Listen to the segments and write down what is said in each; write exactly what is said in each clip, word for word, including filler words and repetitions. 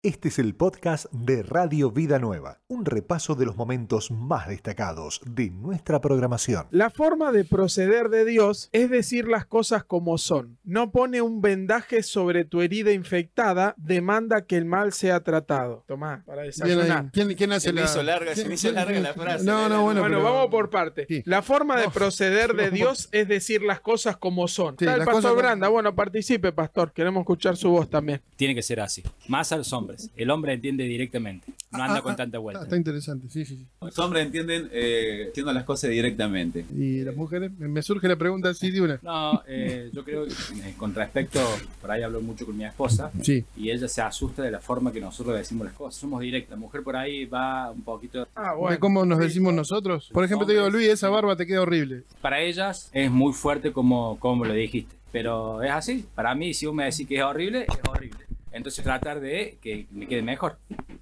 Este es el podcast de Radio Vida Nueva, un repaso de los momentos más destacados de nuestra programación. La forma de proceder de Dios es decir las cosas como son. No pone un vendaje sobre tu herida infectada, demanda que el mal sea tratado. Tomá, para desayunar. ¿Quién, quién hace se la... me hizo larga, se me hizo larga la frase. No, no, bueno, Bueno, pero... vamos por parte. Sí. La forma de No. proceder de Dios es decir las cosas como son. Sí, Está el las pastor cosas como- Branda. Bueno, participe, pastor. Queremos escuchar su voz también. Tiene que ser así. Más a los hombres. El hombre entiende directamente. No anda Ah, con ah, tanta ah, vuelta. Está interesante, sí, sí, sí. Los hombres entienden eh, haciendo las cosas directamente. ¿Y las mujeres? Me me surge la pregunta así de una. No, eh, yo creo que eh, con respecto, por ahí hablo mucho con mi esposa Sí. y ella se asusta de la forma que nosotros decimos las cosas. Somos directas. La mujer por ahí va un poquito... Ah, ¿De cómo nos decimos nosotros? Por ejemplo, te digo, Luis, esa barba te queda horrible. Para ellas es muy fuerte como, como lo dijiste. Pero es así. Para mí, si vos me decís que es horrible, es horrible. Entonces tratar de que me quede mejor.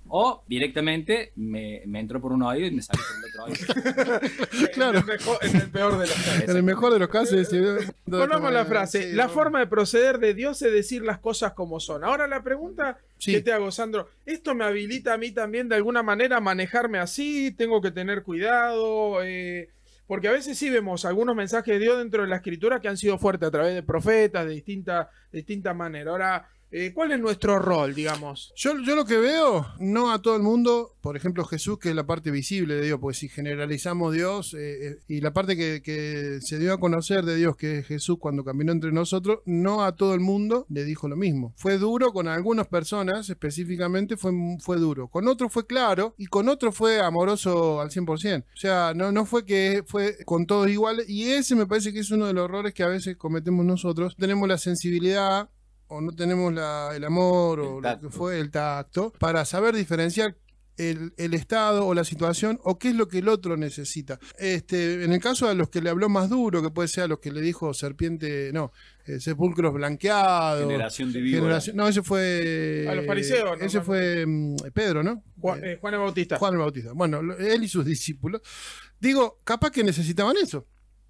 O directamente me, me entró por un oído y me salió por el otro oído. Claro. En el, mejor- en el peor de los casos. En el mejor de los casos... es- Ponemos la frase. Sí, La no. forma de proceder de Dios es decir las cosas como son. Ahora la pregunta Sí. que te hago, Sandro. ¿Esto me habilita a mí también de alguna manera a manejarme así? ¿Tengo que tener cuidado? Eh, porque a veces sí vemos algunos mensajes de Dios dentro de la Escritura que han sido fuertes a través de profetas de distinta, de distinta manera. Ahora, eh, ¿cuál es nuestro rol, digamos? Yo, yo lo que veo, no a todo el mundo, por ejemplo Jesús, que es la parte visible de Dios, pues si generalizamos Dios, eh, eh, y la parte que, que se dio a conocer de Dios, que es Jesús cuando caminó entre nosotros, no a todo el mundo le dijo lo mismo. Fue duro con algunas personas, específicamente fue, fue duro. Con otros fue claro, y con otros fue amoroso al cien por ciento. O sea, no, no fue que fue con todos iguales, y ese me parece que es uno de los errores que a veces cometemos nosotros. Tenemos la sensibilidad, o no tenemos la, el amor, o El lo tacto. que fue el tacto, para saber diferenciar el, el estado o la situación o qué es lo que el otro necesita. Este, en el caso de los que le habló más duro, que puede ser a los que le dijo serpiente, no, eh, sepulcros blanqueados. Generación de víbora. generación- no, ese fue... A los fariseos, ¿no? Ese fue mm, Pedro, ¿no? Juan, Eh, eh, Juan el Bautista. Juan el Bautista. Bueno, lo- él y sus discípulos. Digo, capaz que necesitaban eso.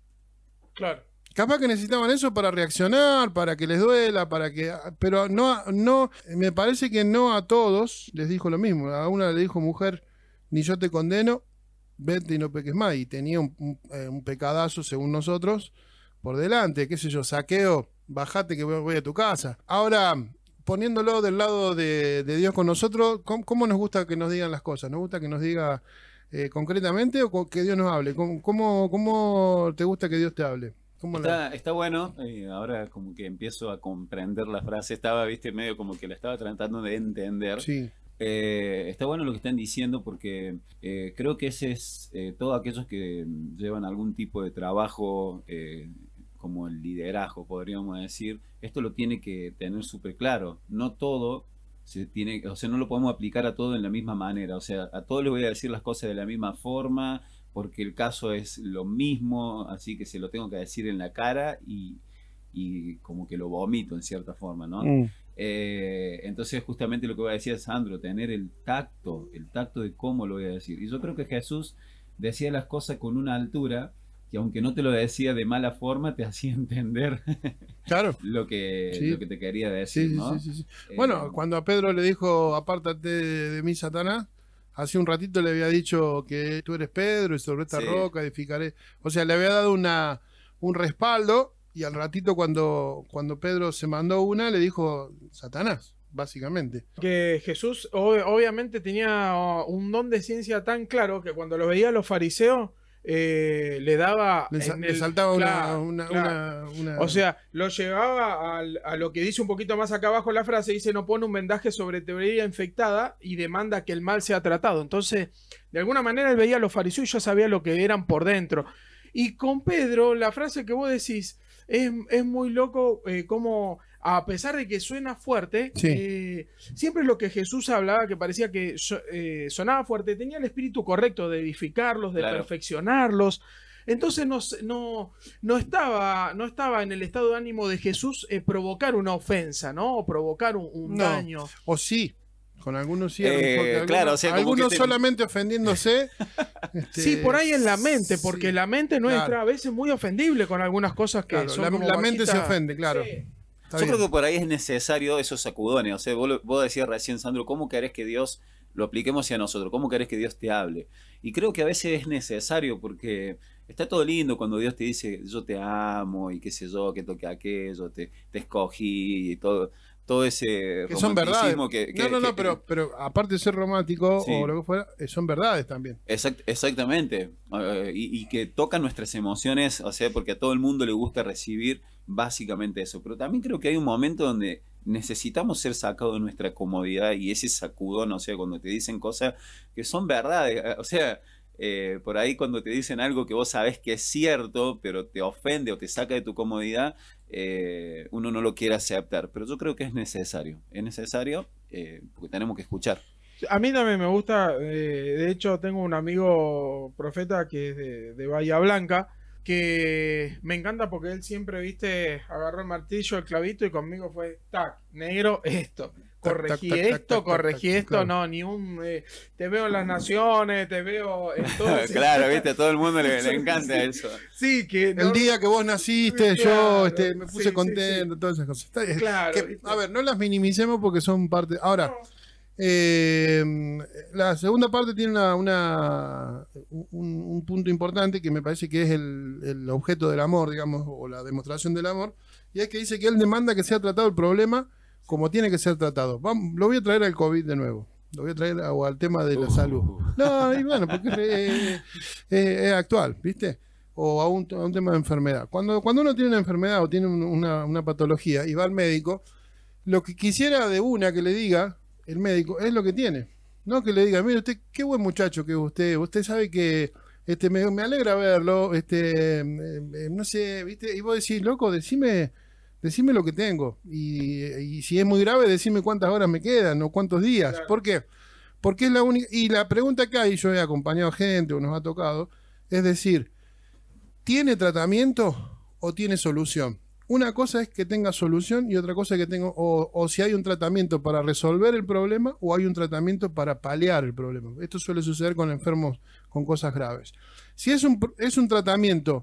Claro. Capaz que necesitaban eso para reaccionar, para que les duela, para que... Pero no, no, me parece que no a todos les dijo lo mismo. A una le dijo, mujer, ni yo te condeno, vete y no peques más. Y tenía un, un, eh, un pecadazo, según nosotros, por delante. Qué sé yo, saqueo, bajate que voy voy a tu casa. Ahora, poniéndolo del lado de, de Dios con nosotros, ¿cómo, cómo nos gusta que nos digan las cosas? ¿Nos gusta que nos diga eh, concretamente o co- que Dios nos hable? ¿Cómo, cómo, cómo te gusta que Dios te hable? ¿Cómo la- Está, está bueno, eh, ahora como que empiezo a comprender la frase, estaba, viste, medio como que la estaba tratando de entender. Sí, Eh, está bueno lo que están diciendo porque eh, creo que ese es eh, todos aquellos que llevan algún tipo de trabajo eh, como el liderazgo, podríamos decir, esto lo tiene que tener súper claro. No todo se tiene, o sea, no lo podemos aplicar a todo en la misma manera. O sea, a todos les voy a decir las cosas de la misma forma porque el caso es lo mismo, así que se lo tengo que decir en la cara y, y como que lo vomito en cierta forma, ¿no? Mm. Eh, entonces justamente lo que voy a decir Sandro, tener el tacto, el tacto de cómo lo voy a decir. Y yo creo que Jesús decía las cosas con una altura que aunque no te lo decía de mala forma, te hacía entender claro. lo que, Sí. lo que te quería Sí, decir, sí, ¿no? sí, sí, sí. Eh, Bueno, cuando a Pedro le dijo, apártate de, de mí, Satanás, hace un ratito le había dicho que tú eres Pedro y sobre esta Sí. roca edificaré. O sea, le había dado una, un respaldo y al ratito cuando, cuando Pedro se mandó una, le dijo Satanás, básicamente. Que Jesús ob- obviamente tenía oh, un don de ciencia tan claro que cuando lo veía a los fariseos eh, le daba... Le, sa- en le el- saltaba una, claro, una, claro. una- una- O sea, lo llevaba al- a lo que dice un poquito más acá abajo la frase, dice no pone un vendaje sobre tu herida infectada y demanda que el mal sea tratado. Entonces, de alguna manera él veía a los fariseos y ya sabía lo que eran por dentro. Y con Pedro, la frase que vos decís es, es muy loco eh, como, a pesar de que suena fuerte, Sí. eh, siempre lo que Jesús hablaba, que parecía que so- eh, sonaba fuerte, tenía el espíritu correcto de edificarlos, de Claro. perfeccionarlos. Entonces no, no, no, estaba, no estaba en el estado de ánimo de Jesús eh, provocar una ofensa, ¿no? O provocar un, un No. daño. O sí, con algunos sí, Eh, porque algunos, claro, o sea, como algunos que te- solamente ofendiéndose. este, Sí, por ahí en la mente, porque sí, la mente nuestra claro. a veces es muy ofendible con algunas cosas que Claro, son la, como la mente se vaquitas. ofende, claro. Sí. Está Yo bien. creo que por ahí es necesario esos sacudones. O sea, vos, lo- vos decías recién, Sandro, ¿cómo querés que Dios lo apliquemos hacia nosotros? ¿Cómo querés que Dios te hable? Y creo que a veces es necesario porque está todo lindo cuando Dios te dice, yo te amo y qué sé yo, que toque aquello, te, te escogí y todo, todo ese Que son verdades. romanticismo que, que- no, no, no, que- pero, pero aparte de ser romántico Sí. o lo que fuera, eh, son verdades también. Exact- exactamente. Eh, y, y que tocan nuestras emociones, o sea, porque a todo el mundo le gusta recibir básicamente eso. Pero también creo que hay un momento donde necesitamos ser sacados de nuestra comodidad y ese sacudón, o sea, cuando te dicen cosas que son verdades, eh, o sea, eh, por ahí cuando te dicen algo que vos sabés que es cierto, pero te ofende o te saca de tu comodidad, eh, uno no lo quiere aceptar. Pero yo creo que es necesario, es necesario eh, porque tenemos que escuchar. A mí también me gusta, eh, de hecho tengo un amigo profeta que es de, de Bahía Blanca, que me encanta porque él siempre, viste, agarró el martillo, el clavito y conmigo fue, tac, negro, esto, corregí tac, tac, esto, tac, tac, corregí tac, esto, claro. no, ni un, eh, te veo en las naciones, te veo en todo. ese- Claro, viste, a todo el mundo le, le encanta eso. Sí, que El no- día que vos naciste, Claro, yo este, me sí, puse sí, contento, todas esas cosas. Está bien. Claro, Que, ¿viste? a ver, no las minimicemos porque son parte. Ahora, No. eh, la segunda parte tiene una, una- un, un punto importante que me parece que es el, el objeto del amor, digamos, o la demostración del amor, y es que dice que él demanda que sea tratado el problema como tiene que ser tratado. Vamos, lo voy a traer al COVID de nuevo. Lo voy a traer a- o al tema de la Uh. salud. No, y bueno, porque es, es- es- es actual, ¿viste? O a un, a un tema de enfermedad. Cuando, cuando uno tiene una enfermedad o tiene un- una, una patología y va al médico, lo que quisiera de una que le diga el médico es lo que tiene. No que le diga, mire usted, qué buen muchacho que es usted. Usted sabe que este, me, me alegra verlo. Este, eh, eh, no sé, ¿viste? Y vos decís, loco, decime, decime lo que tengo. Y, y si es muy grave, decime cuántas horas me quedan o cuántos días. Claro. ¿Por qué? Porque es la única. Y la pregunta que hay, yo he acompañado gente o nos ha tocado, es decir, ¿tiene tratamiento o tiene solución? Una cosa es que tenga solución y otra cosa es que tenga, o, o si hay un tratamiento para resolver el problema o hay un tratamiento para paliar el problema. Esto suele suceder con enfermos con cosas graves. Si es un, es un tratamiento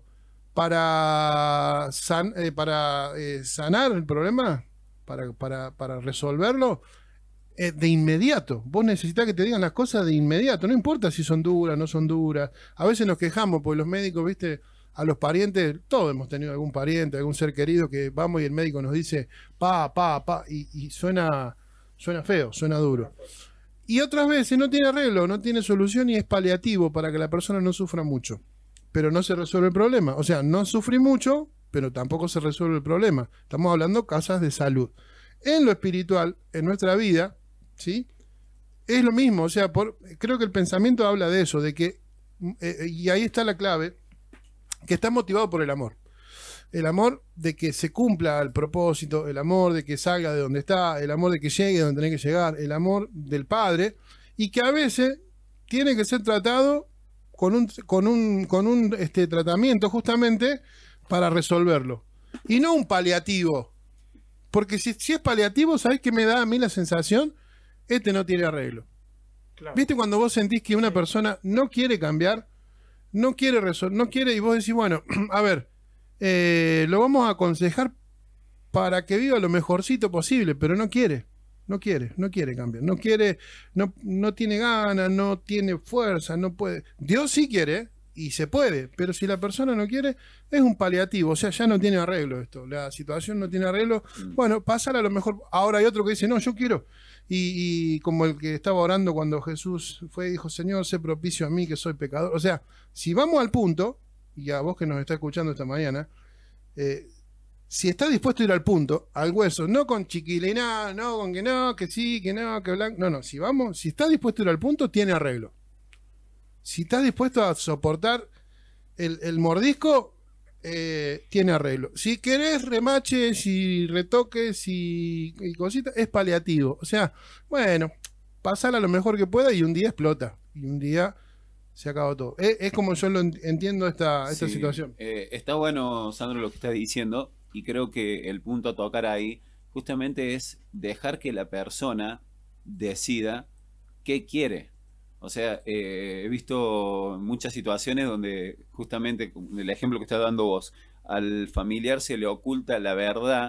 para, san- eh, para eh, sanar el problema, para, para, para resolverlo, eh, de inmediato. Vos necesitas que te digan las cosas de inmediato. No importa si son duras, no son duras. A veces nos quejamos porque los médicos, viste, a los parientes, todos hemos tenido algún pariente, algún ser querido que vamos y el médico nos dice pa, pa, pa, y, y suena, suena feo, suena duro. Y otras veces no tiene arreglo, no tiene solución y es paliativo para que la persona no sufra mucho. Pero no se resuelve el problema. O sea, no sufrí mucho, pero tampoco se resuelve el problema. Estamos hablando de casas de salud. En lo espiritual, en nuestra vida, ¿sí? Es lo mismo. O sea, por, creo que el pensamiento habla de eso, de que, eh, y ahí está la clave, que está motivado por el amor. El amor de que se cumpla el propósito, el amor de que salga de donde está, el amor de que llegue donde tiene que llegar, el amor del Padre, y que a veces tiene que ser tratado con un, con un, con un este, tratamiento justamente para resolverlo. Y no un paliativo. Porque si, si es paliativo, ¿sabés qué me da a mí la sensación? Este no tiene arreglo. Claro. ¿Viste cuando vos sentís que una persona no quiere cambiar? No quiere resolver, no quiere, y vos decís, bueno, a ver, eh, lo vamos a aconsejar para que viva lo mejorcito posible, pero no quiere, no quiere, no quiere cambiar, no quiere, no, no tiene ganas, no tiene fuerza, no puede. Dios sí quiere y se puede, pero si la persona no quiere, es un paliativo, o sea, ya no tiene arreglo esto, la situación no tiene arreglo, bueno, pasar a lo mejor, ahora hay otro que dice, no, yo quiero. Y, y como el que estaba orando cuando Jesús fue y dijo, Señor, sé propicio a mí que soy pecador. O sea, si vamos al punto, y a vos que nos está escuchando esta mañana, eh, si está dispuesto a ir al punto, al hueso, no con chiquilina, no con que no, que sí, que no, que blanco. No, no, si vamos, si está dispuesto a ir al punto, tiene arreglo. Si está dispuesto a soportar el, el mordisco, eh, tiene arreglo. Si querés remaches y retoques y, y cositas, es paliativo. O sea, bueno, pasar a lo mejor que pueda y un día explota. Y un día se acaba todo. Es, es como yo lo entiendo esta, esta Sí, situación. eh, está bueno, Sandro, lo que estás diciendo, y creo que el punto a tocar ahí justamente es dejar que la persona decida qué quiere. O sea, eh, he visto muchas situaciones donde justamente, el ejemplo que estás dando vos, al familiar se le oculta la verdad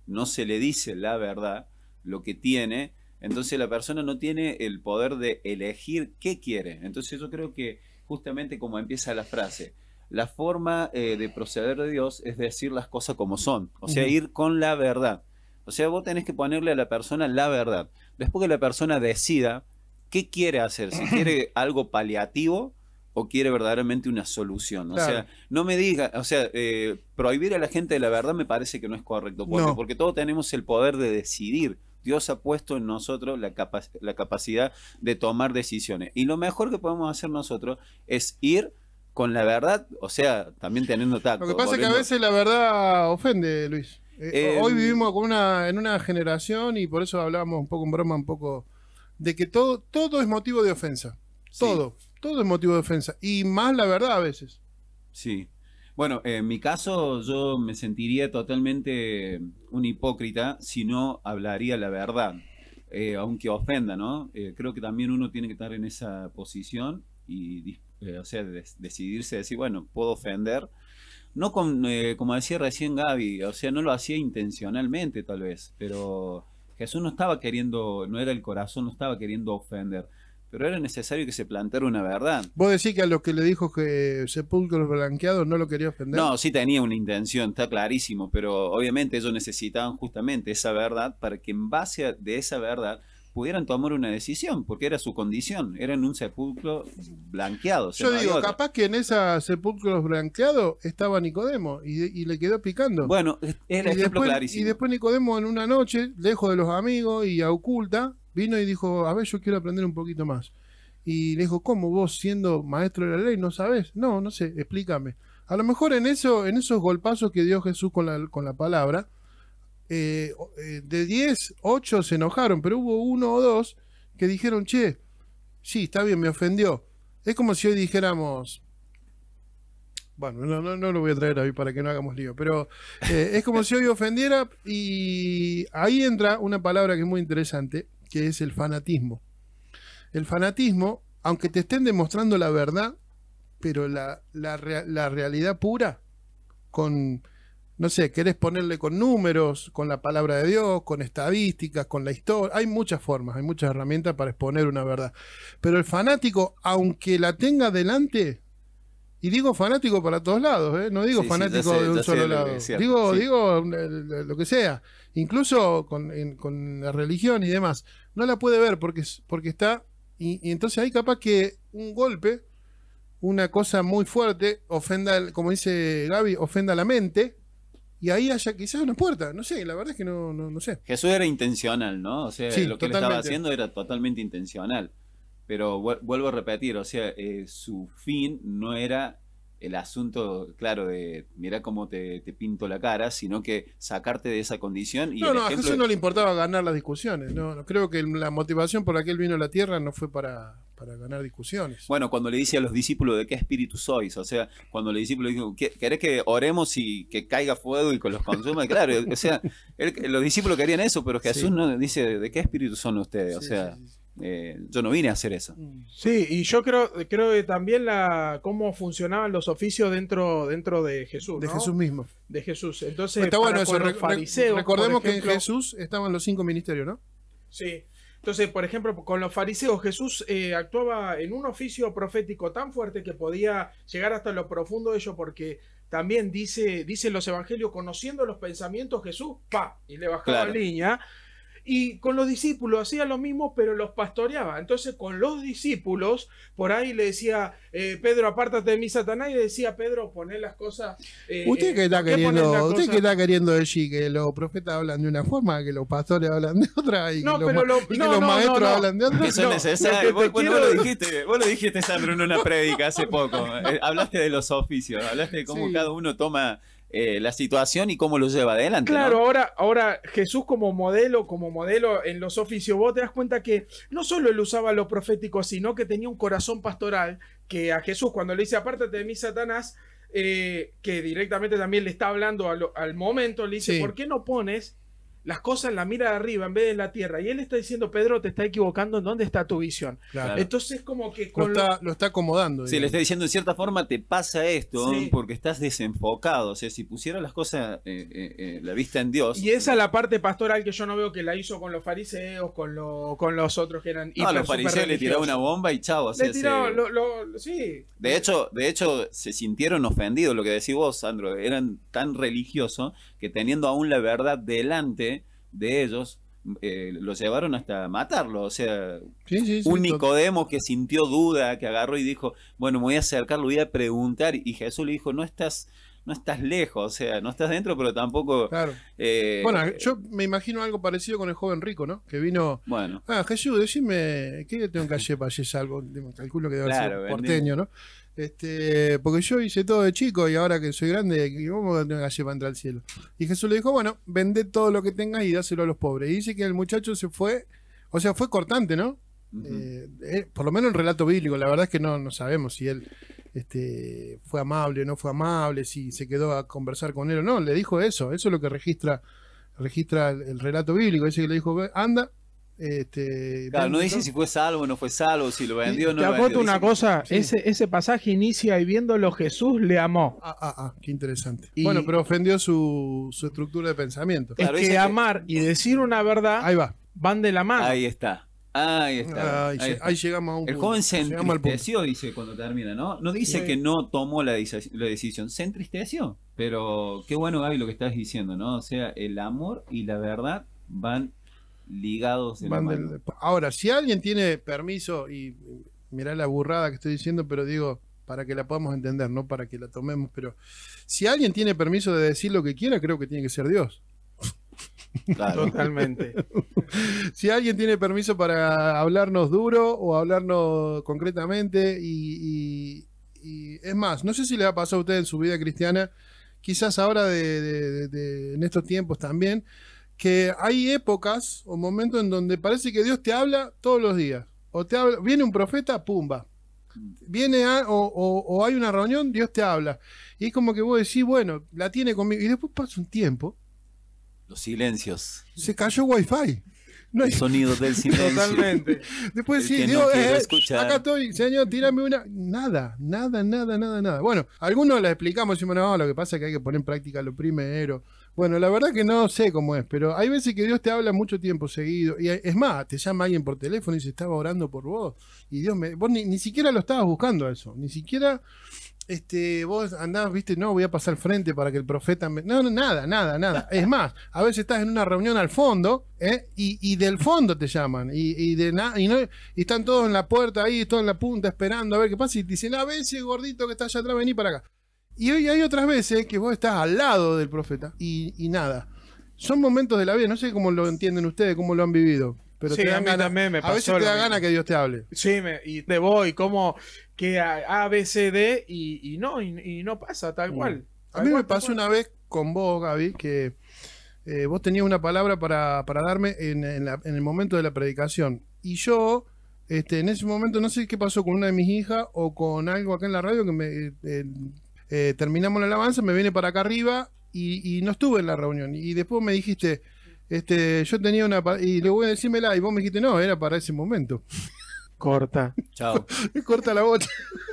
no se le dice la verdad, lo que tiene, entonces la persona no tiene el poder de elegir qué quiere. Entonces yo creo que justamente como empieza la frase, la forma eh, de proceder de Dios es decir las cosas como son, o sea, ir con la verdad. O sea, vos tenés que ponerle a la persona la verdad. Después que la persona decida qué quiere hacer, si quiere algo paliativo o quiere verdaderamente una solución. O Claro. sea, no me diga, o sea, eh, prohibir a la gente de la verdad me parece que no es correcto. ¿Por qué? No. Porque todos tenemos el poder de decidir. Dios ha puesto en nosotros la, capa- la capacidad de tomar decisiones. Y lo mejor que podemos hacer nosotros es ir con la verdad, o sea, también teniendo tacto. Lo que pasa es que a volviendo- veces la verdad ofende, Luis. Eh, Eh, hoy vivimos con una, en una generación y por eso hablábamos un poco en broma, un poco de que todo, todo es motivo de ofensa. Sí. Todo, todo es motivo de ofensa. Y más la verdad a veces. Sí. Bueno, en mi caso yo me sentiría totalmente un hipócrita si no hablaría la verdad, eh, aunque ofenda, ¿no? Eh, creo que también uno tiene que estar en esa posición y, dis- eh, o sea, des- decidirse, decir, bueno, puedo ofender. No con, eh, como decía recién Gaby, o sea, no lo hacía intencionalmente tal vez, pero Jesús no estaba queriendo, no era el corazón, no estaba queriendo ofender, pero era necesario que se planteara una verdad. Vos decís que a los que le dijo que sepulcros blanqueados no lo quería ofender. No, sí tenía una intención, está clarísimo, pero obviamente ellos necesitaban justamente esa verdad para que en base a, de esa verdad pudieran tomar una decisión, porque era su condición, eran un sepulcro blanqueado. O sea, Yo no hay digo, otra. capaz que en esa sepulcros blanqueados estaba Nicodemo y, y le quedó picando. Bueno, es es el y, ejemplo después, clarísimo. y después Nicodemo en una noche, lejos de los amigos y a oculta, vino y dijo, a ver, yo quiero aprender un poquito más. Y le dijo, ¿cómo vos siendo maestro de la ley no sabés? No, no sé, explícame. A lo mejor en eso, en esos golpazos que dio Jesús con la, con la palabra, eh, eh, de diez, ocho se enojaron, pero hubo uno o dos que dijeron, che, sí, está bien, me ofendió. Es como si hoy dijéramos, bueno, no, no, no lo voy a traer hoy para que no hagamos lío, pero eh, es como si hoy ofendiera y ahí entra una palabra que es muy interesante, que es el fanatismo. El fanatismo, aunque te estén demostrando la verdad, pero la, la, rea- la realidad pura, con, no sé, querés ponerle con números, con la palabra de Dios, con estadísticas, con la historia, hay muchas formas, hay muchas herramientas para exponer una verdad. Pero el fanático, aunque la tenga delante, y digo fanático para todos lados, ¿eh? No digo Sí, sí, fanático ya sé, de un ya sé solo lo que lado. es cierto, Digo, sí. digo eh, lo que sea, incluso con, en- con la religión y demás. No la puede ver porque, es- porque está. Y, y entonces ahí capaz que un golpe, una cosa muy fuerte, ofenda, el- como dice Gaby, ofenda la mente. Y ahí haya quizás una puerta. No sé, la verdad es que no, no, no sé. Jesús era intencional, ¿no? O sea, Sí, lo que él estaba totalmente. haciendo era totalmente intencional. Pero vu- vuelvo a repetir, o sea, eh, su fin no era el asunto, claro, de mira cómo te, te pinto la cara, sino que sacarte de esa condición. Y No, el no, a ejemplo- Jesús no le importaba ganar las discusiones. No, no, creo que la motivación por la que él vino a la tierra no fue para, para ganar discusiones. Bueno, cuando le dice a los discípulos de qué espíritu sois, o sea, cuando los discípulos dijeron, "¿Qué- ¿querés que oremos y que caiga fuego y que los consuma?" Claro, o sea, él- los discípulos querían eso, pero Jesús Sí. no dice, ¿de qué espíritu son ustedes? O Sí, sea, sí, sí, sí. eh, yo no vine a hacer eso. Sí, y yo creo, creo que también la cómo funcionaban los oficios dentro, dentro de Jesús, De ¿no? Jesús mismo. De Jesús. Entonces, Está bueno para eso. con los Re- re- fariseos, recordemos por que en ejemplo- Jesús estaban los cinco ministerios, ¿no? Sí. Entonces, por ejemplo, con los fariseos, Jesús eh, actuaba en un oficio profético tan fuerte que podía llegar hasta lo profundo de ello, porque también dice, dice en los evangelios, conociendo los pensamientos, Jesús, pa, y le bajaba Claro. línea. Y con los discípulos hacía lo mismo, pero los pastoreaba. Entonces, con los discípulos, por ahí le decía, eh, Pedro, apártate de mí, Satanás, y le decía, Pedro, poné las cosas. eh, Usted eh, que está ¿por qué pones queriendo, las usted cosas? que está queriendo decir que los profetas hablan de una forma, que los pastores hablan de otra y No, que los, pero ma- lo- y que no, los no, maestros no, no. hablan de otra. Que son No, necesarios. lo que Vos, te vos quiero- lo dijiste, vos lo dijiste, Sandro, en una prédica hace poco. Eh, hablaste de los oficios, hablaste de cómo Sí. cada uno toma eh, la situación y cómo lo lleva adelante. ¿no? Claro, ahora, ahora Jesús como modelo, como modelo en los oficios, vos te das cuenta que no solo él usaba lo profético, sino que tenía un corazón pastoral, que a Jesús cuando le dice apártate de mí, Satanás, eh, que directamente también le está hablando a lo- al momento, le dice, Sí. ¿por qué no pones las cosas las mira de arriba en vez de la tierra. Y él está diciendo, Pedro, te está equivocando, ¿en dónde está tu visión? Claro. Entonces como que Lo con lo- está, lo está acomodando. Sí, le está diciendo en cierta forma te pasa esto Sí. porque estás desenfocado. O sea, si pusiera las cosas, eh, eh, eh, la vista en Dios. Y esa es la parte pastoral que yo no veo que la hizo con los fariseos, con, lo, con los otros que eran No, a hiper, los fariseos super le tiraba una religiosos. bomba y chao. O sea, Le tiraba, se- lo, lo- sí. De hecho, de hecho, se sintieron ofendidos, lo que decís vos, Sandro. Eran tan religiosos que teniendo aún la verdad delante de ellos, eh, lo llevaron hasta matarlo. O sea, Sí, sí, sí, un to- Nicodemo que sintió duda, que agarró y dijo, bueno, me voy a acercar, lo voy a preguntar. Y Jesús le dijo, no estás, no estás lejos, o sea, no estás dentro, pero tampoco... Claro. eh, Bueno, yo me imagino algo parecido con el joven rico, ¿no? Que vino. bueno, Ah, Jesús, decime, ¿qué tengo que hacer para hacer algo? Calculo que debe Claro, ser porteño, ¿no? Este, porque yo hice todo de chico y ahora que soy grande, ¿cómo tengo que hacer para entrar al cielo? Y Jesús le dijo, bueno, vende todo lo que tengas y dáselo a los pobres. Y dice que el muchacho se fue, o sea, fue cortante, ¿no? ujú. Eh, eh, por lo menos en relato bíblico, la verdad es que no, no sabemos si él este, fue amable o no fue amable, si se quedó a conversar con él o no. Le dijo eso, eso es lo que registra, registra el, el relato bíblico. Dice que le dijo, "Ve, anda. Este, Claro, no vende dice todo". si fue salvo o no fue salvo, si lo vendió o no Te lo acoto vendió. una Dice- cosa, sí. ese, ese pasaje inicia y viéndolo Jesús le amó. Ah, ah, ah, qué interesante. Y- Bueno, pero ofendió su, su estructura de pensamiento. Claro, es dice que que- amar y decir una verdad Ahí va. van de la mano. Ahí está, ahí está. Ahí, ahí lle- está. ahí llegamos a un El punto. joven se Llegamos al punto. entristeció, dice cuando termina, ¿no? No dice Sí. que no tomó la, deci- la decisión, se entristeció. Pero qué bueno, Gaby, lo que estás diciendo, ¿no? O sea, el amor y la verdad van ligados de la Van mano. del- Ahora, si alguien tiene permiso, y mirá la burrada que estoy diciendo, pero digo, para que la podamos entender, no para que la tomemos, pero si alguien tiene permiso de decir lo que quiera, creo que tiene que ser Dios. Claro. Totalmente. Si alguien tiene permiso para hablarnos duro o hablarnos concretamente, y, y- y es más, no sé si le ha pasado a usted en su vida cristiana, quizás ahora de, de- de- de- en estos tiempos también, que hay épocas o momentos en donde parece que Dios te habla todos los días. O te habla, viene un profeta, pumba. Viene a- o, o- o hay una reunión, Dios te habla. Y es como que vos decís, bueno, la tiene conmigo. Y después pasa un tiempo, Los silencios, se cayó Wi-Fi. No hay, los sonidos del silencio. Totalmente. después El sí, que Dios, no quiere eh, escuchar. acá estoy, señor, tírame una. Nada, nada, nada, nada, nada. Bueno, algunos les explicamos, decimos, no, lo que pasa es que hay que poner en práctica lo primero. Bueno, la verdad que no sé cómo es, pero hay veces que Dios te habla mucho tiempo seguido. Y es más, te llama alguien por teléfono y se estaba orando por vos. Y Dios me. Vos ni, ni siquiera lo estabas buscando a eso. Ni siquiera. Este, vos andás, viste, no, voy a pasar al frente para que el profeta me... No, no, nada, nada, nada. Es más, a veces estás en una reunión al fondo, ¿eh? y, y del fondo te llaman, y, y de na- y, no, y están todos en la puerta ahí, todos en la punta, esperando a ver qué pasa, y te dicen, a ver ese gordito que está allá atrás, vení para acá. Y hoy hay otras veces que vos estás al lado del profeta, y, y nada. Son momentos de la vida, no sé cómo lo entienden ustedes, cómo lo han vivido. Pero Sí, te a dan mí ganas- también me a veces pasó te lo da mismo. ganas que Dios te hable. Sí, me, y te voy, como que A, A, B, C, D, y, y no, y, y no pasa tal Mm. cual. A Tal mí me cual, tal pasó cual. una vez con vos, Gaby, que eh, vos tenías una palabra para, para darme en, en la- en el momento de la predicación. Y yo, este, en ese momento, no sé qué pasó con una de mis hijas o con algo acá en la radio, que me eh, eh, eh, terminamos la alabanza, me vine para acá arriba y, y no estuve en la reunión. Y después me dijiste, este, yo tenía una... pa- y le voy a decírmela, y vos me dijiste, no, era para ese momento. Corta. Chao. Me corta la bocha.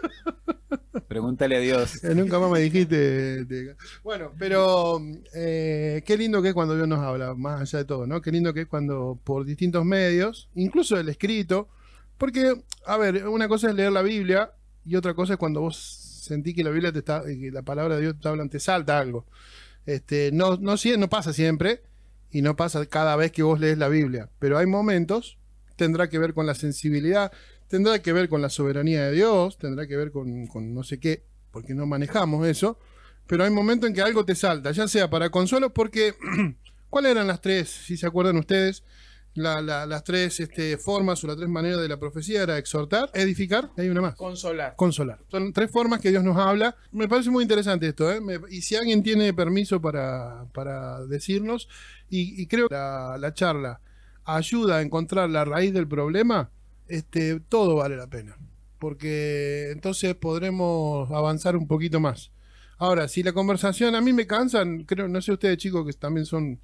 Pregúntale a Dios. Eh, Nunca más me dijiste. te- Bueno, pero eh, qué lindo que es cuando Dios nos habla, más allá de todo, ¿no? Qué lindo que es cuando por distintos medios, incluso el escrito, porque, a ver, una cosa es leer la Biblia y otra cosa es cuando vos sentís que la Biblia te está, que la palabra de Dios te habla, te salta algo. Este, no, no, sie- no pasa siempre y no pasa cada vez que vos lees la Biblia, pero hay momentos, tendrá que ver con la sensibilidad, tendrá que ver con la soberanía de Dios, tendrá que ver con, con no sé qué, porque no manejamos eso, pero hay momentos en que algo te salta, ya sea para consuelo, porque ¿cuáles eran las tres, si se acuerdan ustedes? La- la- las tres este, formas o las tres maneras de la profecía era exhortar, edificar, y hay una más. Consolar. Consolar. Son tres formas que Dios nos habla. Me parece muy interesante esto, ¿eh? Me- y si alguien tiene permiso para, para decirnos, y, y creo que la, la charla ayuda a encontrar la raíz del problema, este, todo vale la pena. Porque entonces podremos avanzar un poquito más. Ahora, si la conversación a mí me cansan, creo, no sé ustedes chicos que también son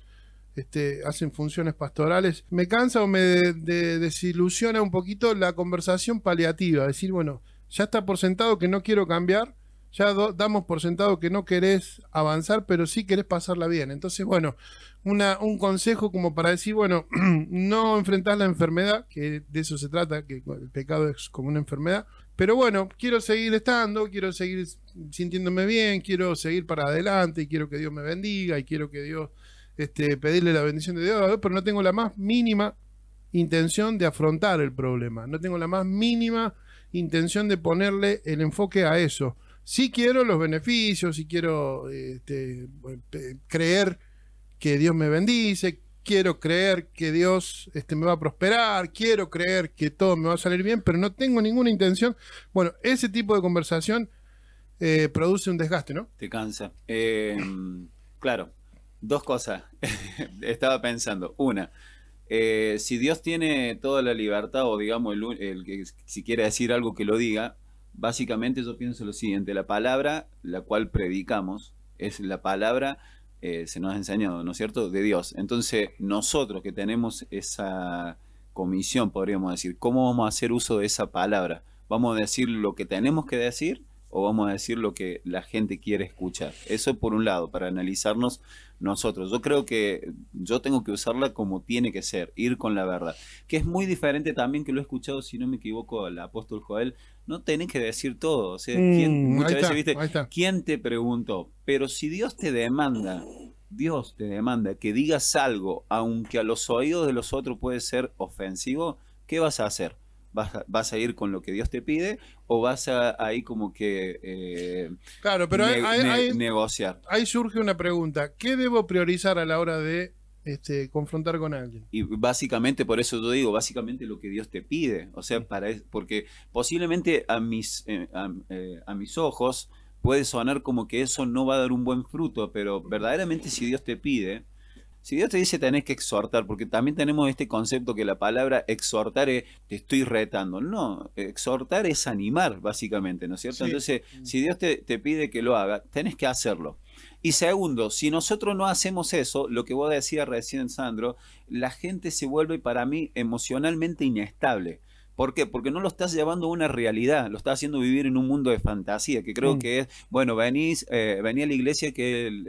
este, hacen funciones pastorales, me cansa o me de- de- desilusiona un poquito la conversación paliativa, decir, bueno, ya está por sentado que no quiero cambiar, ya do- damos por sentado que no querés avanzar, pero sí querés pasarla bien. Entonces, bueno, una, un consejo como para decir, bueno, no enfrentás la enfermedad, que de eso se trata, que el pecado es como una enfermedad, pero bueno, quiero seguir estando, quiero seguir sintiéndome bien, quiero seguir para adelante, y quiero que Dios me bendiga, y quiero que Dios, este, pedirle la bendición de Dios, pero no tengo la más mínima intención de afrontar el problema, no tengo la más mínima intención de ponerle el enfoque a eso. Sí quiero los beneficios, sí quiero este, eh, creer que Dios me bendice, quiero creer que Dios este, me va a prosperar, quiero creer que todo me va a salir bien, pero no tengo ninguna intención. Bueno, ese tipo de conversación eh, produce un desgaste, ¿no? Te cansa. Eh, claro, dos cosas. Estaba pensando. Una, eh, si Dios tiene toda la libertad, o digamos, el, el que si quiere decir algo que lo diga, básicamente yo pienso lo siguiente: la palabra la cual predicamos es la palabra, eh, se nos ha enseñado, ¿no es cierto?, de Dios. Entonces, nosotros que tenemos esa comisión, podríamos decir, ¿cómo vamos a hacer uso de esa palabra? ¿Vamos a decir lo que tenemos que decir o vamos a decir lo que la gente quiere escuchar? Eso por un lado, para analizarnos nosotros. Yo creo que yo tengo que usarla como tiene que ser, ir con la verdad, que es muy diferente también, que lo he escuchado, si no me equivoco, al apóstol Joel: no tenés que decir todo. O sea, ¿quién, Mm, muchas ahí veces, está, viste, ahí está. ¿quién te preguntó? Pero si Dios te demanda, Dios te demanda que digas algo, aunque a los oídos de los otros puede ser ofensivo, ¿qué vas a hacer? ¿Vas a, vas a ir con lo que Dios te pide o vas a ahí como que eh, Claro, pero ne- hay, hay- ne- hay- negociar? ahí surge una pregunta. ¿Qué debo priorizar a la hora de este, confrontar con alguien? Y básicamente, por eso yo digo, básicamente lo que Dios te pide. O sea, para es- porque posiblemente a mis, eh, a, eh, a mis ojos puede sonar como que eso no va a dar un buen fruto, pero verdaderamente si Dios te pide, si Dios te dice tenés que exhortar, porque también tenemos este concepto que la palabra exhortar es te estoy retando. No, exhortar es animar, básicamente, ¿no es cierto? Sí. Entonces, si Dios te, te pide que lo haga, tenés que hacerlo. Y segundo, si nosotros no hacemos eso, lo que vos decías recién, Sandro, la gente se vuelve, para mí, emocionalmente inestable. ¿Por qué? Porque no lo estás llevando a una realidad, lo estás haciendo vivir en un mundo de fantasía, que creo Mm. que es, bueno, venís, eh, vení a la iglesia, que es el,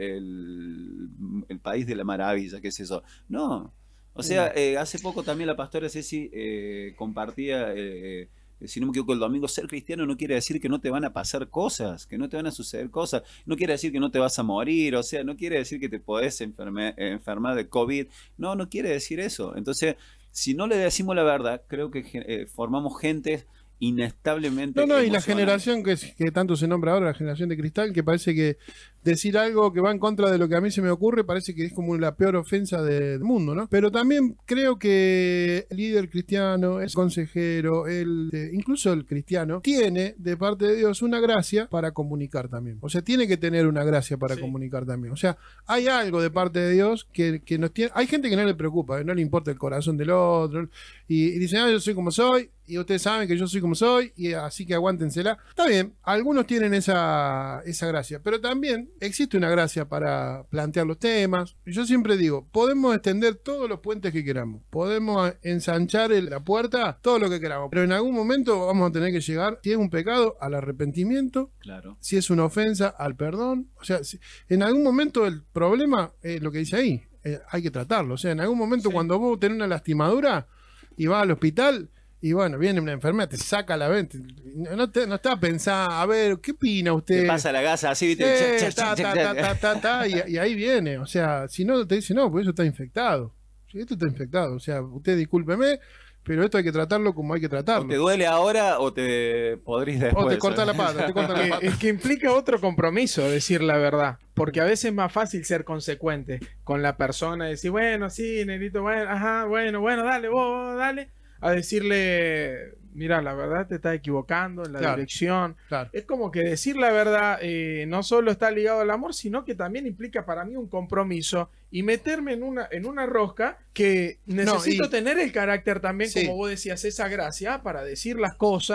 el, el país de la maravilla, qué es eso. No, o sea, eh, hace poco también la pastora Ceci eh, compartía, eh, si no me equivoco, el domingo: ser cristiano no quiere decir que no te van a pasar cosas, que no te van a suceder cosas, no quiere decir que no te vas a morir, o sea, no quiere decir que te podés enferme- enfermar de COVID, no, no quiere decir eso. Entonces, si no le decimos la verdad, creo que eh, formamos gente inestablemente No, no, y la emocional. generación que, es- que tanto se nombra ahora, la generación de cristal, que parece que decir algo que va en contra de lo que a mí se me ocurre, parece que es como la peor ofensa de- del mundo, ¿no? Pero también creo que el líder cristiano, el consejero, el, eh, incluso el cristiano, tiene de parte de Dios una gracia para comunicar también. O sea, tiene que tener una gracia para Sí. comunicar también. O sea, hay algo de parte de Dios que, que nos tiene... Hay gente que no le preocupa, ¿eh? No le importa el corazón del otro, y, y dice, ah, yo soy como soy, y ustedes saben que yo soy como soy, y así que aguántensela. Está bien, algunos tienen esa, esa gracia, pero también existe una gracia para plantear los temas. Yo siempre digo, podemos extender todos los puentes que queramos, podemos ensanchar el- la puerta, todo lo que queramos, pero en algún momento vamos a tener que llegar, si es un pecado, al arrepentimiento, Claro. si es una ofensa, al perdón. O sea, si- en algún momento el problema es lo que dice ahí, eh, hay que tratarlo. O sea, en algún momento Sí. cuando vos tenés una lastimadura y vas al hospital y bueno, viene una enfermera, te saca la venta, no, te, no está pensando, a ver, ¿qué opina usted? Te pasa la gasa así, ¿viste? Eh, Cha, cha, ta, cha, ta, cha. ta, ta, ta, ta, y, y ahí viene. O sea, si no te dice, no, pues eso está infectado. Sí, esto está infectado. O sea, usted discúlpeme, pero esto hay que tratarlo como hay que O tratarlo. te duele ahora o te podrís después. O te corta la pata, te corta la Que, pata. es que implica otro compromiso, decir la verdad. Porque a veces es más fácil ser consecuente con la persona y decir, bueno, sí, negrito, bueno, ajá, bueno, bueno, dale, vos, vos, dale. A decirle, mira, la verdad te estás equivocando en la Claro. dirección. Claro. Es como que decir la verdad eh, no solo está ligado al amor, sino que también implica para mí un compromiso y meterme en una, en una rosca que necesito y- tener el carácter también, Sí. como vos decías, esa gracia para decir las cosas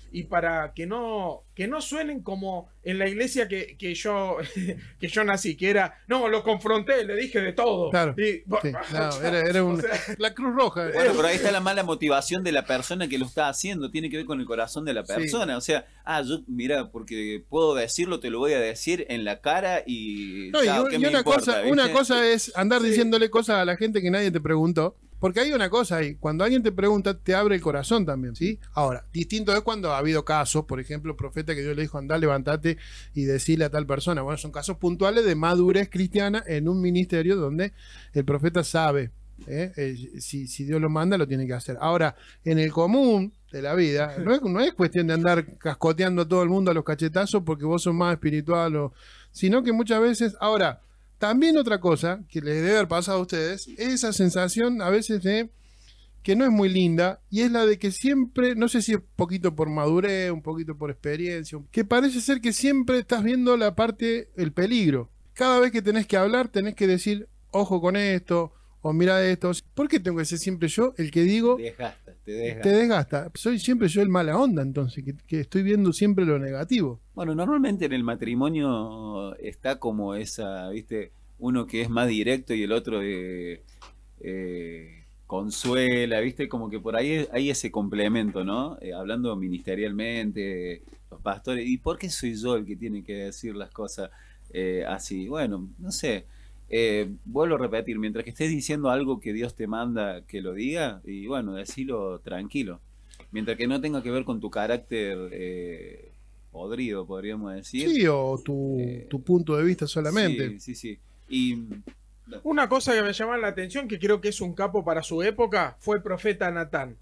y para que no, que no suenen como en la iglesia que, que, yo, que yo nací, que era, no, lo confronté, le dije de todo. Claro. Y, Sí, no, era, era un- o sea, la Cruz Roja. Bueno, pero ahí está la mala motivación de la persona que lo está haciendo. Tiene que ver con el corazón de la Sí. persona. O sea, ah, yo, mira, porque puedo decirlo, te lo voy a decir en la cara y. No, y, chao, un- ¿qué y me una, importa, cosa, ¿viste? una cosa es andar Sí. diciéndole cosas a la gente que nadie te preguntó. Porque hay una cosa ahí, cuando alguien te pregunta, te abre el corazón también, ¿sí? Ahora, distinto es cuando ha habido casos, por ejemplo, profeta que Dios le dijo, andá, levantate y decirle a tal persona. Bueno, son casos puntuales de madurez cristiana en un ministerio donde el profeta sabe, ¿eh? Eh, si, si Dios lo manda, lo tiene que hacer. Ahora, en el común de la vida, no es, no es cuestión de andar cascoteando a todo el mundo a los cachetazos porque vos sos más espiritual, o, sino que muchas veces, ahora, también otra cosa que les debe haber pasado a ustedes es esa sensación a veces de que no es muy linda y es la de que siempre, no sé si es un poquito por madurez, un poquito por experiencia, que parece ser que siempre estás viendo la parte, el peligro. Cada vez que tenés que hablar tenés que decir, ojo con esto, o mira esto. ¿Por qué tengo que ser siempre yo el que digo, Desgasta, te desgasta. te desgasta? Soy siempre yo el mala onda entonces, que, que estoy viendo siempre lo negativo. Bueno, normalmente en el matrimonio está como esa, ¿viste? Uno que es más directo y el otro eh, eh, consuela, ¿viste? Como que por ahí hay ese complemento, ¿no? Eh, hablando ministerialmente, los pastores. ¿Y por qué soy yo el que tiene que decir las cosas eh, así? Bueno, no sé. Eh, vuelvo a repetir, mientras que estés diciendo algo que Dios te manda que lo diga, y bueno, decilo tranquilo. Mientras que no tenga que ver con tu carácter eh, podrido, podríamos decir. Sí, o tu, Eh, tu punto de vista solamente. Sí, sí, sí. Y una cosa que me llama la atención, que creo que es un capo para su época, fue el profeta Natán.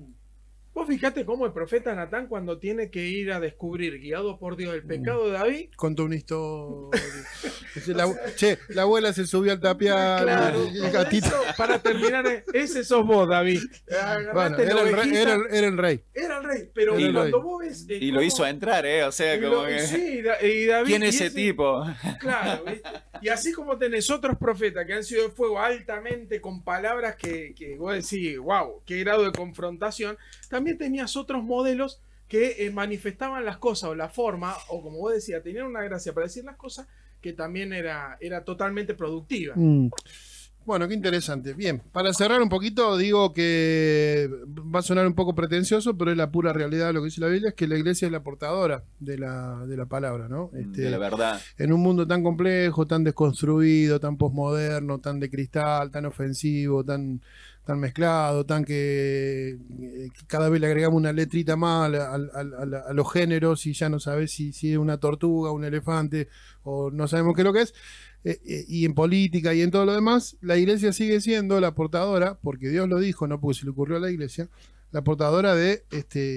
Vos fijate cómo el profeta Natán, cuando tiene que ir a descubrir, guiado por Dios, el pecado de David, Contó una historia. Dice, la, che, la abuela se subió al tapial. claro, y el todo gatito. eso, para terminar, ese sos vos, David. Bueno, Agarraste la era el, rey, ovejita, era, el, era el rey. era el rey, pero Era el cuando rey. vos ves... eh, y lo cómo- hizo entrar, ¿eh? O sea, y como lo- que. sí, y Da- y David, ¿Quién es y ese tipo? Claro, ¿viste? Y así como tenés otros profetas que han sido de fuego altamente con palabras que, que vos decís, wow, qué grado de confrontación, también tenías otros modelos que eh, manifestaban las cosas o la forma, o como vos decías, tenían una gracia para decir las cosas que también era, era totalmente productiva. Mm. Bueno, qué interesante. Bien, para cerrar un poquito, digo que va a sonar un poco pretencioso, pero es la pura realidad de lo que dice la Biblia, es que la iglesia es la portadora de la, de la palabra, ¿no? Este, De la verdad. en un mundo tan complejo, tan desconstruido, tan posmoderno, tan de cristal, tan ofensivo, tan, tan mezclado, tan que eh, cada vez le agregamos una letrita más al- al- al- al- a los géneros y ya no sabes si, si es una tortuga, un elefante o no sabemos qué es lo que es. Eh, eh, y en política y en todo lo demás, la iglesia sigue siendo la portadora, porque Dios lo dijo, no porque se le ocurrió a la iglesia, la portadora de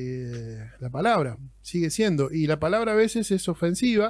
este, la palabra, sigue siendo. Y la palabra a veces es ofensiva,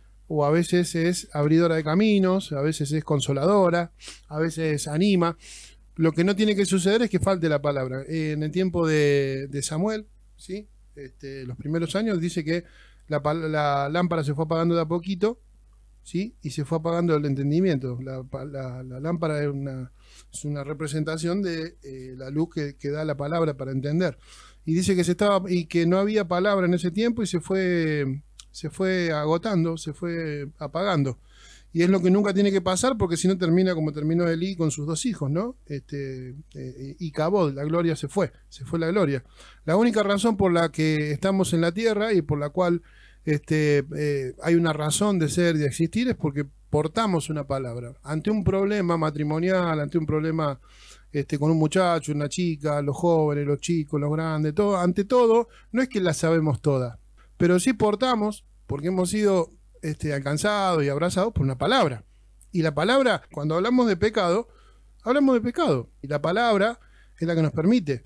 o a veces es abridora de caminos, a veces es consoladora, a veces anima. Lo que no tiene que suceder es que falte la palabra. Eh, en el tiempo de, de Samuel, ¿sí? Este, los primeros años, dice que la, pal- la lámpara se fue apagando de a poquito, ¿sí? Y se fue apagando el entendimiento. La, pa- la- la lámpara es una, es una representación de eh, la luz que, que da la palabra para entender. Y dice que se estaba y que no había palabra en ese tiempo y se fue se fue agotando, se fue apagando. Y es lo que nunca tiene que pasar, porque si no termina como terminó Elí con sus dos hijos, ¿no? Este, eh, y Cabod, la gloria se fue, se fue la gloria. La única razón por la que estamos en la tierra y por la cual este, eh, hay una razón de ser y de existir es porque portamos una palabra. Ante un problema matrimonial, ante un problema este, con un muchacho, una chica, los jóvenes, los chicos, los grandes, todo, ante todo, no es que la sabemos todas, pero sí portamos, porque hemos sido este, alcanzados y abrazados por una palabra. Y la palabra, cuando hablamos de pecado, hablamos de pecado. Y la palabra es la que nos permite.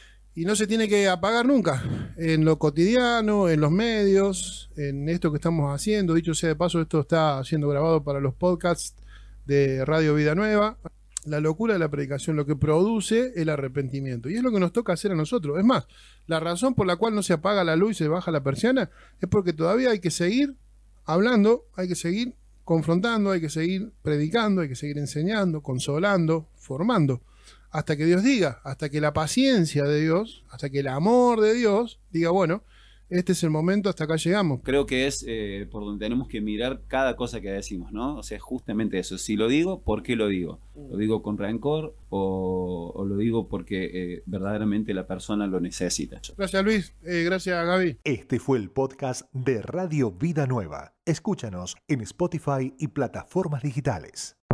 Y no se tiene que apagar nunca. En lo cotidiano, en los medios, en esto que estamos haciendo. Dicho sea de paso, esto está siendo grabado para los podcasts de Radio Vida Nueva. La locura de la predicación, lo que produce el arrepentimiento. Y es lo que nos toca hacer a nosotros. Es más, la razón por la cual no se apaga la luz y se baja la persiana es porque todavía hay que seguir hablando, hay que seguir confrontando, hay que seguir predicando, hay que seguir enseñando, consolando, formando. Hasta que Dios diga, hasta que la paciencia de Dios, hasta que el amor de Dios diga, bueno, este es el momento, hasta acá llegamos. Creo que es eh, por donde tenemos que mirar cada cosa que decimos, ¿no? O sea, justamente eso. Si lo digo, ¿por qué lo digo? ¿Lo digo con rencor o, o lo digo porque eh, verdaderamente la persona lo necesita? Gracias, Luis. Eh, gracias, Gaby. Este fue el podcast de Radio Vida Nueva. Escúchanos en Spotify y plataformas digitales.